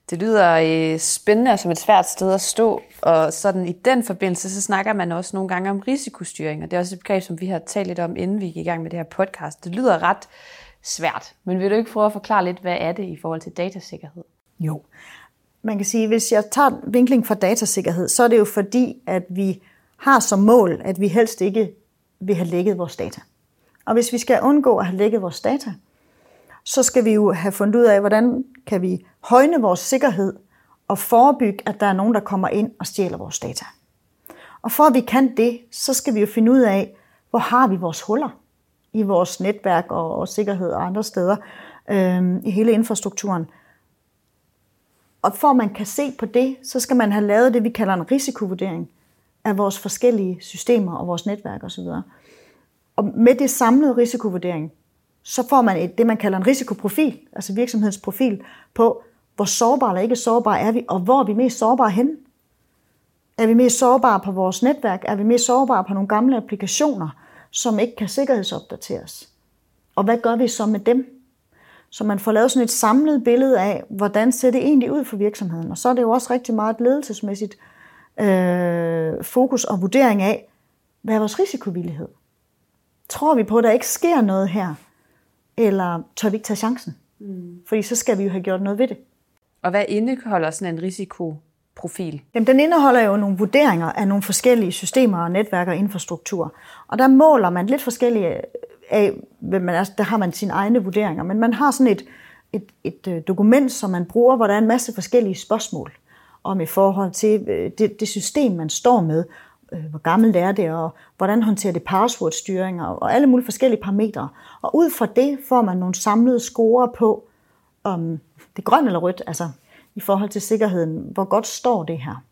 Det lyder spændende og som et svært sted at stå, og sådan i den forbindelse, så snakker man også nogle gange om risikostyring, og det er også et begreb, som vi har talt lidt om, inden vi gik i gang med det her podcast. Det lyder ret svært, men vil du ikke prøve at forklare lidt, hvad er det i forhold til datasikkerhed? Jo, man kan sige, hvis jeg tager vinkling fra datasikkerhed, så er det jo fordi, at vi har som mål, at vi helst ikke vil have lækket vores data. Og hvis vi skal undgå at have lækket vores data, så skal vi jo have fundet ud af, hvordan kan vi højne vores sikkerhed og forebygge, at der er nogen, der kommer ind og stjæler vores data. Og for at vi kan det, så skal vi jo finde ud af, hvor har vi vores huller i vores netværk og sikkerhed og andre steder i hele infrastrukturen. Og for at man kan se på det, så skal man have lavet det, vi kalder en risikovurdering af vores forskellige systemer og vores netværk osv. Og med det samlede risikovurdering, så får man det, man kalder en risikoprofil, altså virksomhedsprofil, på hvor sårbare eller ikke sårbare er vi, og hvor er vi mest sårbare henne. Er vi mest sårbare på vores netværk? Er vi mest sårbare på nogle gamle applikationer, som ikke kan sikkerhedsopdateres? Og hvad gør vi så med dem? Så man får lavet sådan et samlet billede af, hvordan ser det egentlig ud for virksomheden. Og så er det jo også rigtig meget ledelsesmæssigt fokus og vurdering af, hvad er vores risikovillighed? Tror vi på, at der ikke sker noget her? Eller tør vi ikke tage chancen? Fordi så skal vi jo have gjort noget ved det. Og hvad indeholder sådan en risikoprofil? Jamen, den indeholder jo nogle vurderinger af nogle forskellige systemer og netværk og infrastruktur. Og der måler man lidt forskellige af, der har man sine egne vurderinger, men man har sådan et dokument, som man bruger, hvor der er en masse forskellige spørgsmål om i forhold til det system, man står med, hvor gammelt er det, og hvordan håndterer det passwordstyring, og alle mulige forskellige parametre. Og ud fra det får man nogle samlede scorer på, om det er grønt eller rødt, altså i forhold til sikkerheden, hvor godt står det her.